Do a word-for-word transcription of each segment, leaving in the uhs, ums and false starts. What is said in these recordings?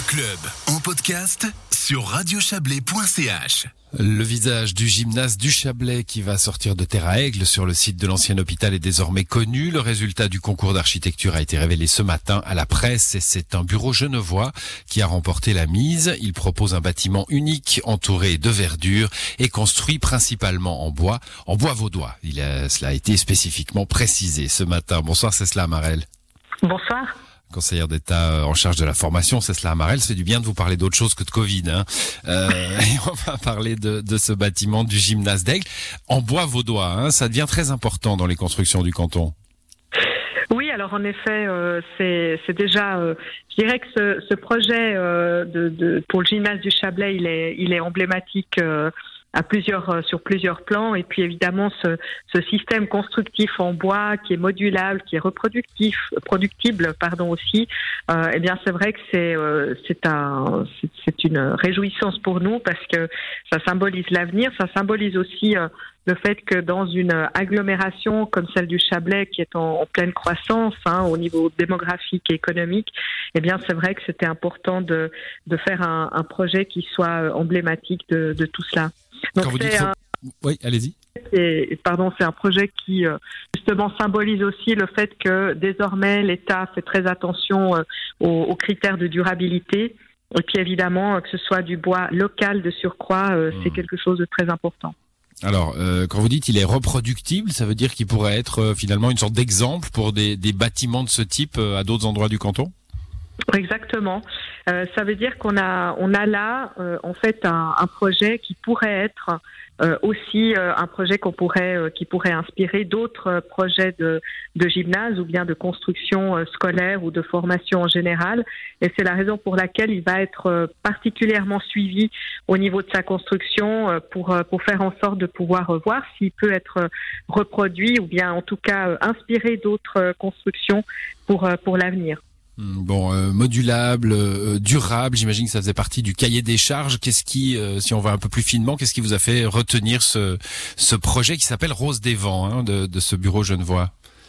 club en podcast sur radio chablais point c h. Le visage du gymnase du Chablais qui va sortir de terre à Aigle sur le site de l'ancien hôpital est désormais connu. Le résultat du concours d'architecture a été révélé ce matin à la presse et c'est un bureau genevois qui a remporté la mise. Il propose un bâtiment unique entouré de verdure et construit principalement en bois, en bois vaudois. Il a, cela a été spécifiquement précisé ce matin. Bonsoir Cécile Marel. Bonsoir. Conseillère d'État en charge de la formation, Cécile Marel. C'est du bien de vous parler d'autre chose que de Covid. Hein. Euh, et on va parler de, de ce bâtiment du gymnase d'Aigle en bois vaudois. Hein. Ça devient très important dans les constructions du canton. Oui, alors en effet, euh, c'est, c'est déjà, euh, je dirais que ce, ce projet euh, de, de, pour le gymnase du Chablais, il est, il est emblématique euh, à plusieurs, sur plusieurs plans. Et puis évidemment, ce, ce système constructif en bois qui est modulable, qui est reproductif, productible, pardon aussi. Euh, eh bien, c'est vrai que c'est, euh, c'est un, c'est, c'est une réjouissance pour nous parce que ça symbolise l'avenir. Ça symbolise aussi euh, le fait que dans une agglomération comme celle du Chablais, qui est en, en pleine croissance hein, au niveau démographique et économique, eh bien, c'est vrai que c'était important de, de faire un, un projet qui soit emblématique de, de tout cela. Donc Quand vous c'est dites... un, oui, allez-y. c'est, pardon, c'est un projet qui justement symbolise aussi le fait que désormais l'État fait très attention aux, aux critères de durabilité. Et puis évidemment, que ce soit du bois local de surcroît, euh, mmh. c'est quelque chose de très important. Alors, euh, quand vous dites il est reproductible, ça veut dire qu'il pourrait être euh, finalement une sorte d'exemple pour des, des bâtiments de ce type euh, à d'autres endroits du canton ? Exactement. Euh, ça veut dire qu'on a, on a là euh, en fait un, un projet qui pourrait être euh, aussi euh, un projet qu'on pourrait, euh, qui pourrait inspirer d'autres euh, projets de, de gymnase ou bien de construction euh, scolaire ou de formation en général. Et c'est la raison pour laquelle il va être euh, particulièrement suivi au niveau de sa construction euh, pour euh, pour faire en sorte de pouvoir euh, voir s'il peut être euh, reproduit ou bien en tout cas euh, inspirer d'autres euh, constructions pour euh, pour l'avenir. Bon, euh, modulable, euh, durable, j'imagine que ça faisait partie du cahier des charges. Qu'est-ce qui, euh, si on va un peu plus finement, qu'est-ce qui vous a fait retenir ce, ce projet qui s'appelle Rose des Vents hein, de, de ce bureau genevois ?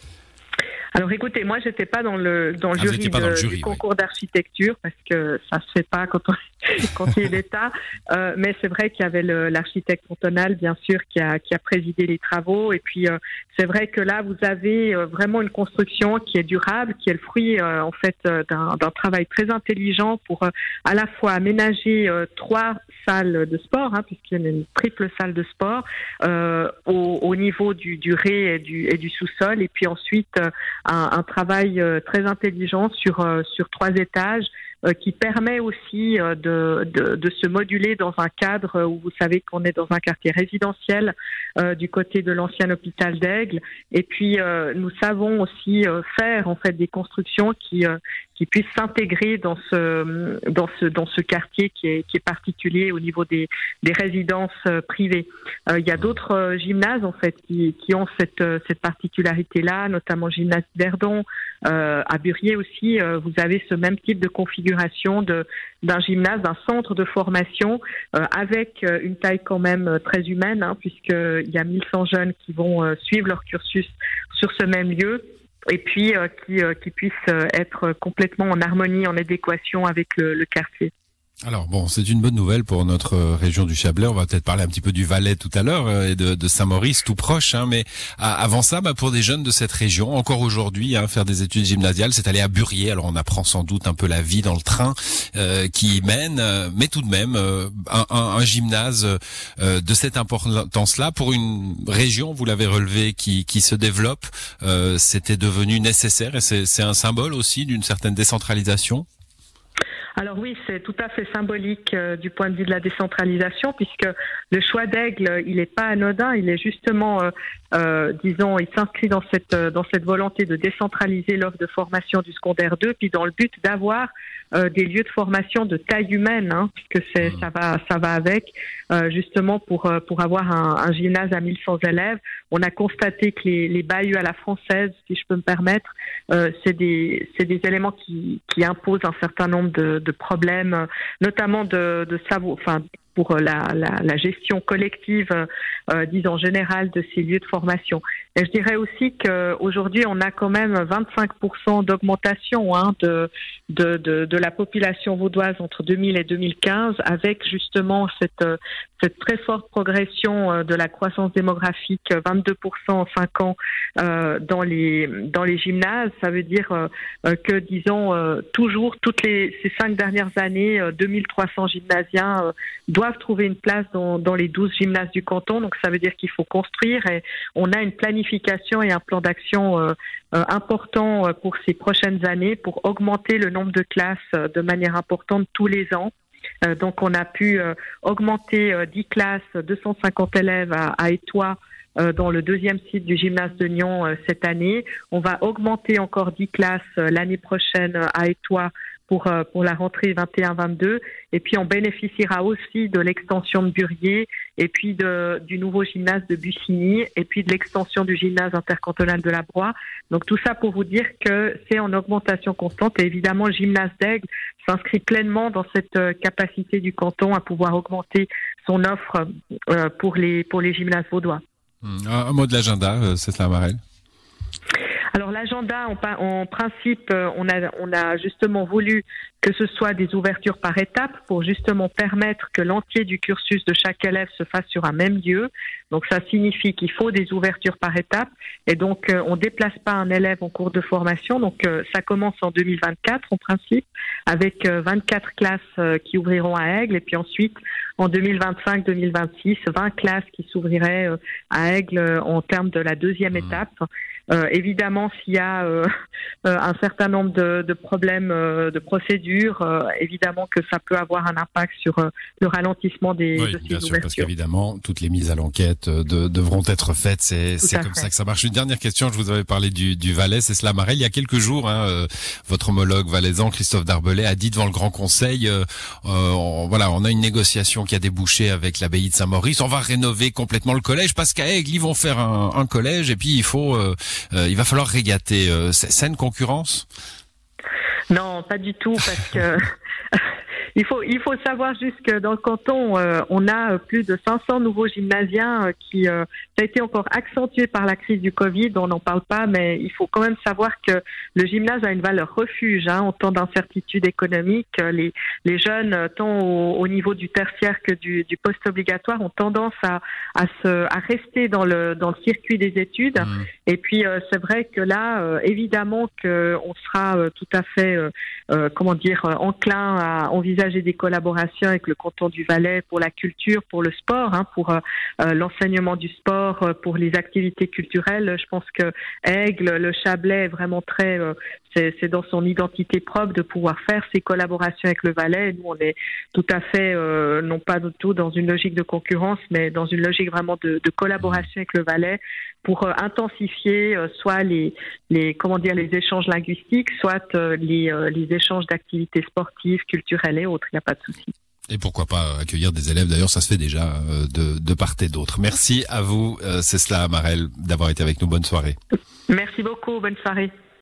Alors écoutez, moi j'étais pas dans le dans le ah, jury, pas de, dans le jury du concours oui. d'architecture parce que ça se fait pas quand on quand il est d'État. Euh, mais c'est vrai qu'il y avait le, l'architecte cantonal bien sûr qui a qui a présidé les travaux et puis euh, c'est vrai que là vous avez euh, vraiment une construction qui est durable, qui est le fruit euh, en fait euh, d'un d'un travail très intelligent pour euh, à la fois aménager euh, trois salles de sport hein, puisqu'il y a une triple salle de sport euh, au, au niveau du du rez et du et du sous-sol et puis ensuite euh, Un, un travail euh, très intelligent sur euh, sur trois étages euh, qui permet aussi euh, de, de de se moduler dans un cadre où vous savez qu'on est dans un quartier résidentiel euh, du côté de l'ancien hôpital d'Aigle et puis euh, nous savons aussi euh, faire en fait des constructions qui euh, qui puissent s'intégrer dans ce dans ce dans ce quartier qui est qui est particulier au niveau des des résidences euh, privées. Euh, il y a d'autres euh, gymnases en fait qui qui ont cette euh, cette particularité là, notamment le gymnase Verdon euh, à Burier aussi. Euh, vous avez ce même type de configuration de d'un gymnase, d'un centre de formation euh, avec euh, une taille quand même euh, très humaine hein, puisqu'il y a mille cent jeunes qui vont euh, suivre leur cursus sur ce même lieu. Et puis euh, qui, euh, qui puissent euh, être complètement en harmonie, en adéquation avec le, le quartier. Alors bon, c'est une bonne nouvelle pour notre région du Chablais. On va peut-être parler un petit peu du Valais tout à l'heure euh, et de, de Saint-Maurice, tout proche. Hein, mais à, avant ça, bah, pour des jeunes de cette région, encore aujourd'hui, hein, faire des études gymnasiales, c'est aller à Burier. Alors on apprend sans doute un peu la vie dans le train euh, qui y mène, euh, mais tout de même euh, un, un, un gymnase euh, de cette importance-là pour une région, vous l'avez relevé, qui, qui se développe. Euh, c'était devenu nécessaire et c'est, c'est un symbole aussi d'une certaine décentralisation. Alors oui, c'est tout à fait symbolique euh, du point de vue de la décentralisation, puisque le choix d'Aigle, il n'est pas anodin, il est justement, euh, euh, disons, il s'inscrit dans cette euh, dans cette volonté de décentraliser l'offre de formation du secondaire deux, puis dans le but d'avoir euh, des lieux de formation de taille humaine, hein, puisque c'est ça va ça va avec, euh, justement pour euh, pour avoir un, un gymnase à mille cent élèves. On a constaté que les, les bahuts à la française, si je peux me permettre, euh, c'est des c'est des éléments qui qui imposent un certain nombre de de problèmes, notamment de, de savoir, enfin, pour la, la, la gestion collective, euh, disons générale de ces lieux de formation. Et je dirais aussi qu'aujourd'hui, on a quand même vingt-cinq pour cent d'augmentation hein, de, de, de, de la population vaudoise entre deux mille et deux mille quinze, avec justement cette, cette très forte progression de la croissance démographique, vingt-deux pour cent en cinq ans euh, dans les dans les gymnases. Ça veut dire euh, que, disons, euh, toujours, toutes les ces cinq dernières années, euh, deux mille trois cents gymnasiens euh, doivent trouver une place dans, dans les douze gymnases du canton. Donc ça veut dire qu'il faut construire et on a une planification et un plan d'action euh, euh, important pour ces prochaines années pour augmenter le nombre de classes euh, de manière importante tous les ans. Euh, donc on a pu euh, augmenter euh, dix classes, deux cent cinquante élèves à, à Étoile, euh, dans le deuxième site du gymnase de Nyon euh, cette année. On va augmenter encore dix classes euh, l'année prochaine euh, à Étoile pour euh, pour la rentrée vingt et un vingt-deux. Et puis on bénéficiera aussi de l'extension de Burier et puis de, du nouveau gymnase de Bussigny et puis de l'extension du gymnase intercantonal de la Broye. Donc tout ça pour vous dire que c'est en augmentation constante et évidemment le gymnase d'Aigle s'inscrit pleinement dans cette euh, capacité du canton à pouvoir augmenter son offre euh, pour les pour les gymnases vaudois. Mmh. Un, un mot de l'agenda, euh, c'est cela, Marelle. Alors l'agenda, en, en principe, on a, on a justement voulu que ce soit des ouvertures par étapes pour justement permettre que l'entier du cursus de chaque élève se fasse sur un même lieu. Donc ça signifie qu'il faut des ouvertures par étapes et donc euh, on déplace pas un élève en cours de formation. Donc euh, ça commence en deux mille vingt-quatre en principe avec euh, vingt-quatre classes euh, qui ouvriront à Aigle et puis ensuite en deux mille vingt-cinq deux mille vingt-six, vingt classes qui s'ouvriraient euh, à Aigle euh, en termes de la deuxième mmh. étape. Euh, évidemment, s'il y a euh, un certain nombre de, de problèmes euh, de procédure, euh, évidemment que ça peut avoir un impact sur euh, le ralentissement des oui, de ces bien sûr, ouvertures. Parce qu'évidemment, toutes les mises à l'enquête euh, de, devront être faites. C'est, c'est comme fait. ça que ça marche. Une dernière question, je vous avais parlé du, du Valais, c'est cela, Marelle. Il y a quelques jours, hein, euh, votre homologue valaisan, Christophe Darbelay, a dit devant le Grand Conseil, euh, euh, on, voilà, on a une négociation qui a débouché avec l'abbaye de Saint-Maurice, on va rénover complètement le collège parce qu'à Aigle, ils vont faire un, un collège et puis il faut... Euh, Euh, il va falloir régater. Euh, c'est saine concurrence ? Non, pas du tout, parce que il faut il faut savoir juste que dans le canton, euh, on a plus de cinq cents nouveaux gymnasiens euh, qui euh, ça a été encore accentué par la crise du Covid. On n'en parle pas, mais il faut quand même savoir que le gymnase a une valeur refuge hein, en temps d'incertitude économique. Les les jeunes, tant au, au niveau du tertiaire que du, du post-obligatoire, ont tendance à à se à rester dans le dans le circuit des études. Mmh. Et puis euh, c'est vrai que là, euh, évidemment que on sera euh, tout à fait euh, euh, comment dire enclin à envisager des collaborations avec le canton du Valais pour la culture, pour le sport, hein, pour euh, l'enseignement du sport, euh, pour les activités culturelles. Je pense que Aigle, le Chablais est vraiment très, euh, c'est, c'est dans son identité propre de pouvoir faire ces collaborations avec le Valais. Nous, on est tout à fait, euh, non pas du tout dans une logique de concurrence, mais dans une logique vraiment de, de collaboration avec le Valais pour euh, intensifier euh, soit les, les, comment dire, les échanges linguistiques, soit euh, les, euh, les échanges d'activités sportives, culturelles et autres. Il n'y a pas de souci. Et pourquoi pas accueillir des élèves, d'ailleurs ça se fait déjà euh, de, de part et d'autre. Merci à vous, euh, c'est cela, Marelle, d'avoir été avec nous. Bonne soirée. Merci beaucoup, bonne soirée.